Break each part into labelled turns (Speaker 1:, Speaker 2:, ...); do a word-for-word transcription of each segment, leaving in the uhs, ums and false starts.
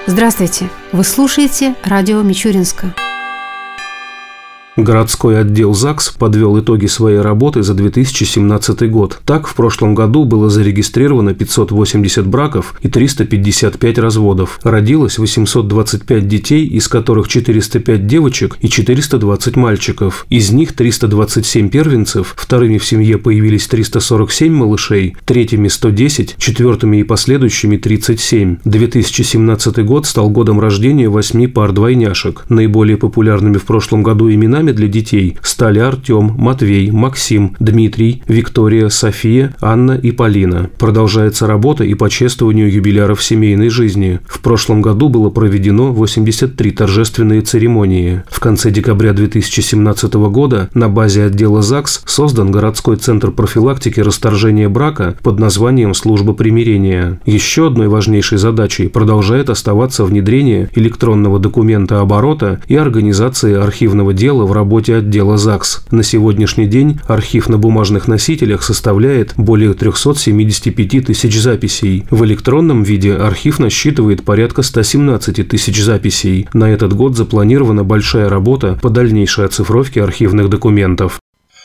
Speaker 1: Здравствуйте! Вы слушаете радио Мичуринска.
Speaker 2: Городской отдел ЗАГС подвел итоги своей работы за две тысячи семнадцатый год. Так, в прошлом году было зарегистрировано пятьсот восемьдесят браков и триста пятьдесят пять разводов. Родилось восемьсот двадцать пять детей, из которых четыреста пять девочек и четыреста двадцать мальчиков. Из них триста двадцать семь первенцев, вторыми в семье появились триста сорок семь малышей, третьими сто десять, четвертыми и последующими тридцать семь. две тысячи семнадцатый год стал годом рождения восьми пар двойняшек. Наиболее популярными в прошлом году именами для детей стали Артем, Матвей, Максим, Дмитрий, Виктория, София, Анна и Полина. Продолжается работа и по чествованию юбиляров семейной жизни. В прошлом году было проведено восемьдесят три торжественные церемонии. В конце декабря две тысячи семнадцатого года на базе отдела ЗАГС создан городской центр профилактики расторжения брака под названием «Служба примирения». Еще одной важнейшей задачей продолжает оставаться внедрение электронного документа оборота и организация архивного дела в работе отдела ЗАГС. На сегодняшний день архив на бумажных носителях составляет более триста семьдесят пять тысяч записей. В электронном виде архив насчитывает порядка сто семнадцать тысяч записей. На этот год запланирована большая работа по дальнейшей оцифровке архивных документов.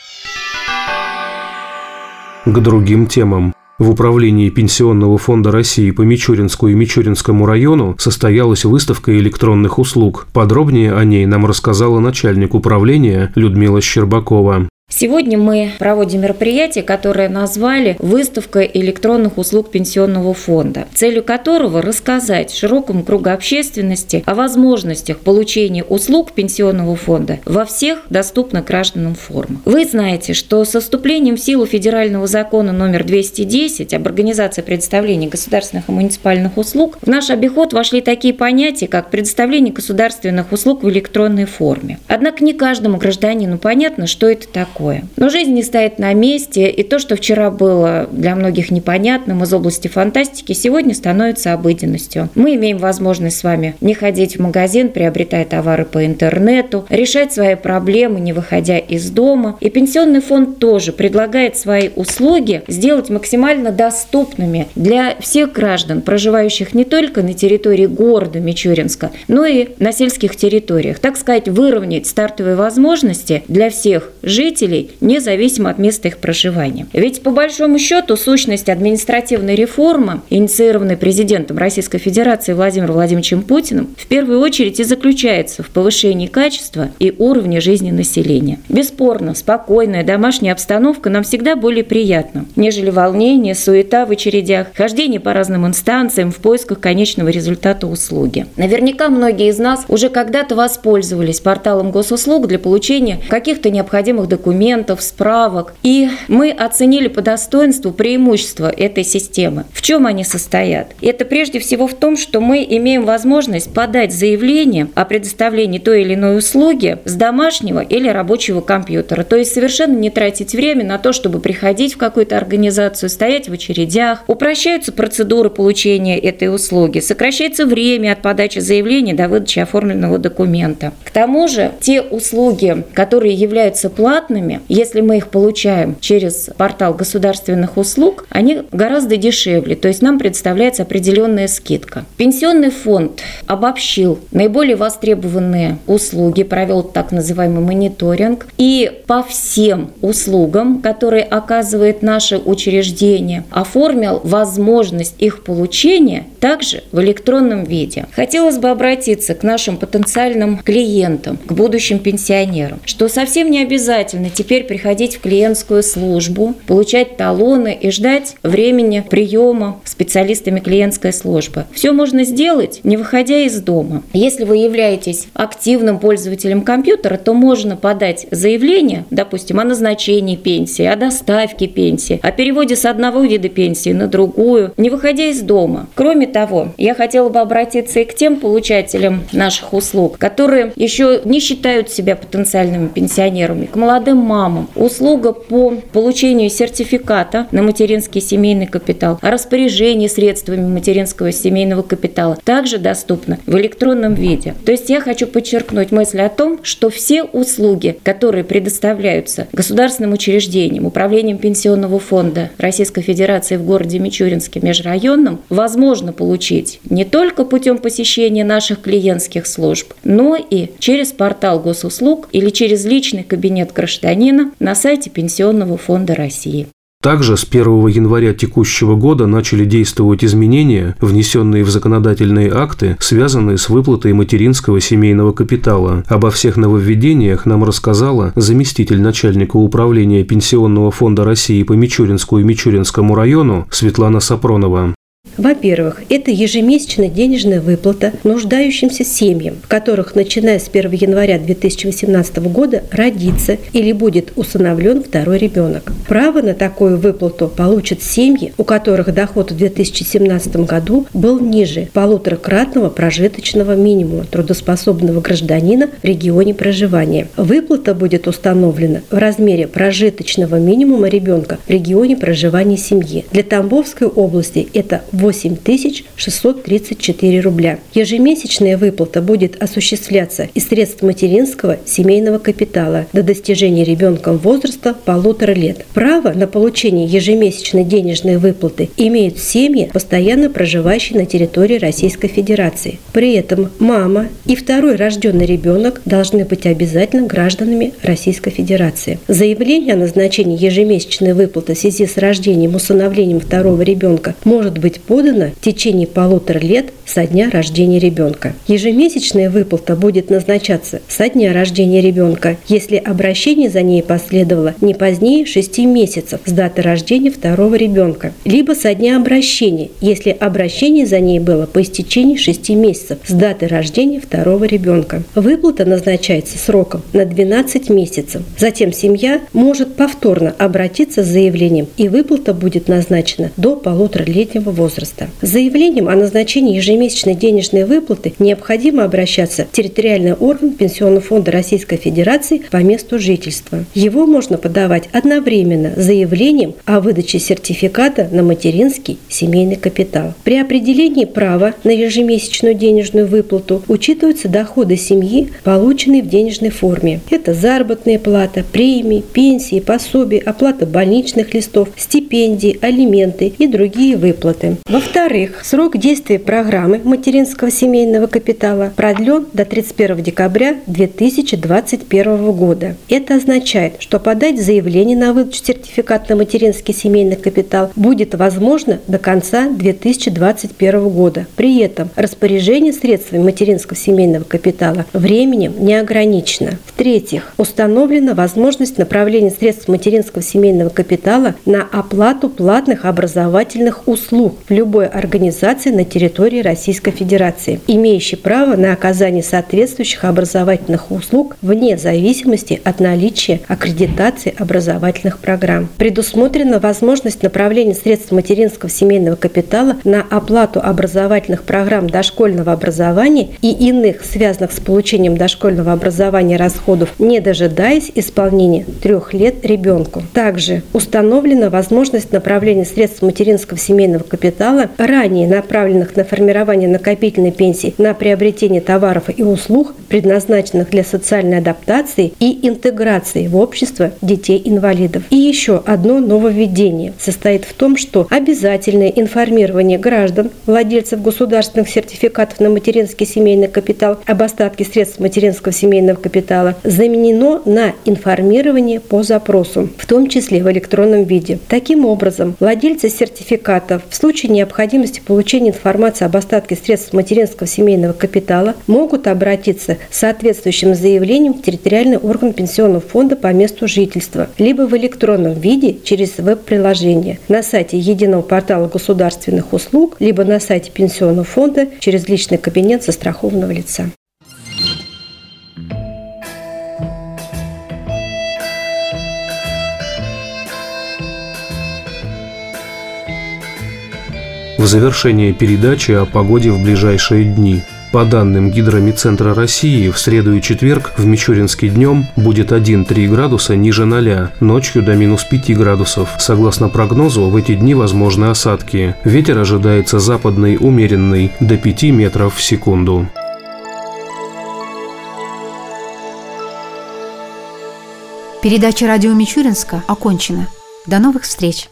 Speaker 2: К другим темам. В управлении Пенсионного фонда России по Мичуринску и Мичуринскому району состоялась выставка электронных услуг. Подробнее о ней нам рассказала начальник управления Людмила Щербакова.
Speaker 3: Сегодня мы проводим мероприятие, которое назвали «Выставка электронных услуг Пенсионного фонда», целью которого рассказать широкому кругу общественности о возможностях получения услуг Пенсионного фонда во всех доступных гражданам формах. Вы знаете, что со вступлением в силу федерального закона номер двести десять об организации предоставления государственных и муниципальных услуг в наш обиход вошли такие понятия, как предоставление государственных услуг в электронной форме. Однако не каждому гражданину понятно, что это такое. Но жизнь не стоит на месте, и то, что вчера было для многих непонятным из области фантастики, сегодня становится обыденностью. Мы имеем возможность с вами не ходить в магазин, приобретая товары по интернету, решать свои проблемы, не выходя из дома. И Пенсионный фонд тоже предлагает свои услуги сделать максимально доступными для всех граждан, проживающих не только на территории города Мичуринска, но и на сельских территориях. Так сказать, выровнять стартовые возможности для всех жителей, независимо от места их проживания. Ведь по большому счету сущность административной реформы, инициированной президентом Российской Федерации Владимиром Владимировичем Путиным, в первую очередь и заключается в повышении качества и уровня жизни населения. Бесспорно, спокойная домашняя обстановка нам всегда более приятна, нежели волнение, суета в очередях, хождение по разным инстанциям в поисках конечного результата услуги. Наверняка многие из нас уже когда-то воспользовались порталом госуслуг для получения каких-то необходимых документов, справок. И мы оценили по достоинству преимущества этой системы. В чем они состоят? Это прежде всего в том, что мы имеем возможность подать заявление о предоставлении той или иной услуги с домашнего или рабочего компьютера. То есть совершенно не тратить время на то, чтобы приходить в какую-то организацию, стоять в очередях. Упрощаются процедуры получения этой услуги. Сокращается время от подачи заявления до выдачи оформленного документа. К тому же те услуги, которые являются платными, если мы их получаем через портал государственных услуг, они гораздо дешевле, то есть нам представляется определенная скидка. Пенсионный фонд обобщил наиболее востребованные услуги, провел так называемый мониторинг, и по всем услугам, которые оказывает наше учреждение, оформил возможность их получения также в электронном виде. Хотелось бы обратиться к нашим потенциальным клиентам, к будущим пенсионерам, что совсем не обязательно теперь приходить в клиентскую службу, получать талоны и ждать времени приема специалистами клиентской службы. Все можно сделать, не выходя из дома. Если вы являетесь активным пользователем компьютера, то можно подать заявление, допустим, о назначении пенсии, о доставке пенсии, о переводе с одного вида пенсии на другую, не выходя из дома. Кроме того, я хотела бы обратиться и к тем получателям наших услуг, которые еще не считают себя потенциальными пенсионерами, к молодым мамам услуга по получению сертификата на материнский семейный капитал, о распоряжении средствами материнского семейного капитала также доступна в электронном виде. То есть я хочу подчеркнуть мысль о том, что все услуги, которые предоставляются государственным учреждением, управлением Пенсионного фонда Российской Федерации в городе Мичуринске межрайонном, возможно получить не только путем посещения наших клиентских служб, но и через портал госуслуг или через личный кабинет гражданина на сайте Пенсионного фонда России.
Speaker 2: Также с первого января текущего года начали действовать изменения, внесенные в законодательные акты, связанные с выплатой материнского семейного капитала. Обо всех нововведениях нам рассказала заместитель начальника управления Пенсионного фонда России по Мичуринску и Мичуринскому району Светлана Сапронова.
Speaker 4: Во-первых, это ежемесячная денежная выплата нуждающимся семьям, в которых, начиная с первого января две тысячи восемнадцатого года, родится или будет усыновлен второй ребенок. Право на такую выплату получат семьи, у которых доход в две тысячи семнадцатом году был ниже полуторакратного прожиточного минимума трудоспособного гражданина в регионе проживания. Выплата будет установлена в размере прожиточного минимума ребенка в регионе проживания семьи. Для Тамбовской области это восемь тысяч шестьсот тридцать четыре рубля. Ежемесячная выплата будет осуществляться из средств материнского семейного капитала до достижения ребенком возраста полутора лет. Право на получение ежемесячной денежной выплаты имеют семьи, постоянно проживающие на территории Российской Федерации. При этом мама и второй рожденный ребенок должны быть обязательно гражданами Российской Федерации. Заявление о назначении ежемесячной выплаты в связи с рождением и усыновлением второго ребенка может быть подано в течение полутора лет со дня рождения ребенка. Ежемесячная выплата будет назначаться со дня рождения ребенка, если обращение за ней последовало не позднее шести месяцев с даты рождения второго ребенка, либо со дня обращения, если обращение за ней было по истечении шести месяцев с даты рождения второго ребенка. Выплата назначается сроком на двенадцать месяцев. Затем семья может повторно обратиться с заявлением, и выплата будет назначена до полуторалетнего возраста. С заявлением о назначении ежемесячной денежной выплаты необходимо обращаться в территориальный орган Пенсионного фонда Российской Федерации по месту жительства. Его можно подавать одновременно с заявлением о выдаче сертификата на материнский семейный капитал. При определении права на ежемесячную денежную выплату учитываются доходы семьи, полученные в денежной форме. Это заработная плата, премии, пенсии, пособия, оплата больничных листов, стипендии, алименты и другие выплаты. Во-вторых, срок действия программы материнского семейного капитала продлен до тридцать первого декабря две тысячи двадцать первого года. Это означает, что подать заявление на выдачу сертификата на материнский семейный капитал будет возможно до конца две тысячи двадцать первого года. При этом распоряжение средствами материнского семейного капитала временем не ограничено. В-третьих, установлена возможность направления средств материнского семейного капитала на оплату платных образовательных услуг в любой организации на территории Российской Федерации, имеющей право на оказание соответствующих образовательных услуг вне зависимости от наличия аккредитации образовательных программ. Предусмотрена возможность направления средств материнского семейного капитала на оплату образовательных программ дошкольного образования и иных связанных с получением дошкольного образования расходов, не дожидаясь исполнения трех лет ребенку. Также установлена возможность направления средств материнского семейного капитала, ранее направленных на формирование накопительной пенсии, на приобретение товаров и услуг, предназначенных для социальной адаптации и интеграции в общество детей-инвалидов. И еще одно нововведение состоит в том, что обязательное информирование граждан, владельцев государственных сертификатов на материнский семейный капитал об остатке средств материнского семейного капитала заменено на информирование по запросу, в том числе в электронном виде. Таким образом, владельцы сертификатов в случае необходимости получения информации об остатке средств материнского семейного капитала могут обратиться с соответствующим заявлением в территориальный орган Пенсионного фонда по месту жительства, либо в электронном виде через веб-приложение на сайте Единого портала государственных услуг, либо на сайте Пенсионного фонда через личный кабинет застрахованного лица.
Speaker 2: В завершение передачи о погоде в ближайшие дни. По данным Гидромедцентра России, в среду и четверг в Мичуринске днем будет один-три градуса ниже ноля, ночью до минус пяти градусов. Согласно прогнозу, в эти дни возможны осадки. Ветер ожидается западный умеренный, до пяти метров в секунду.
Speaker 1: Передача «Радио Мичуринска» окончена. До новых встреч!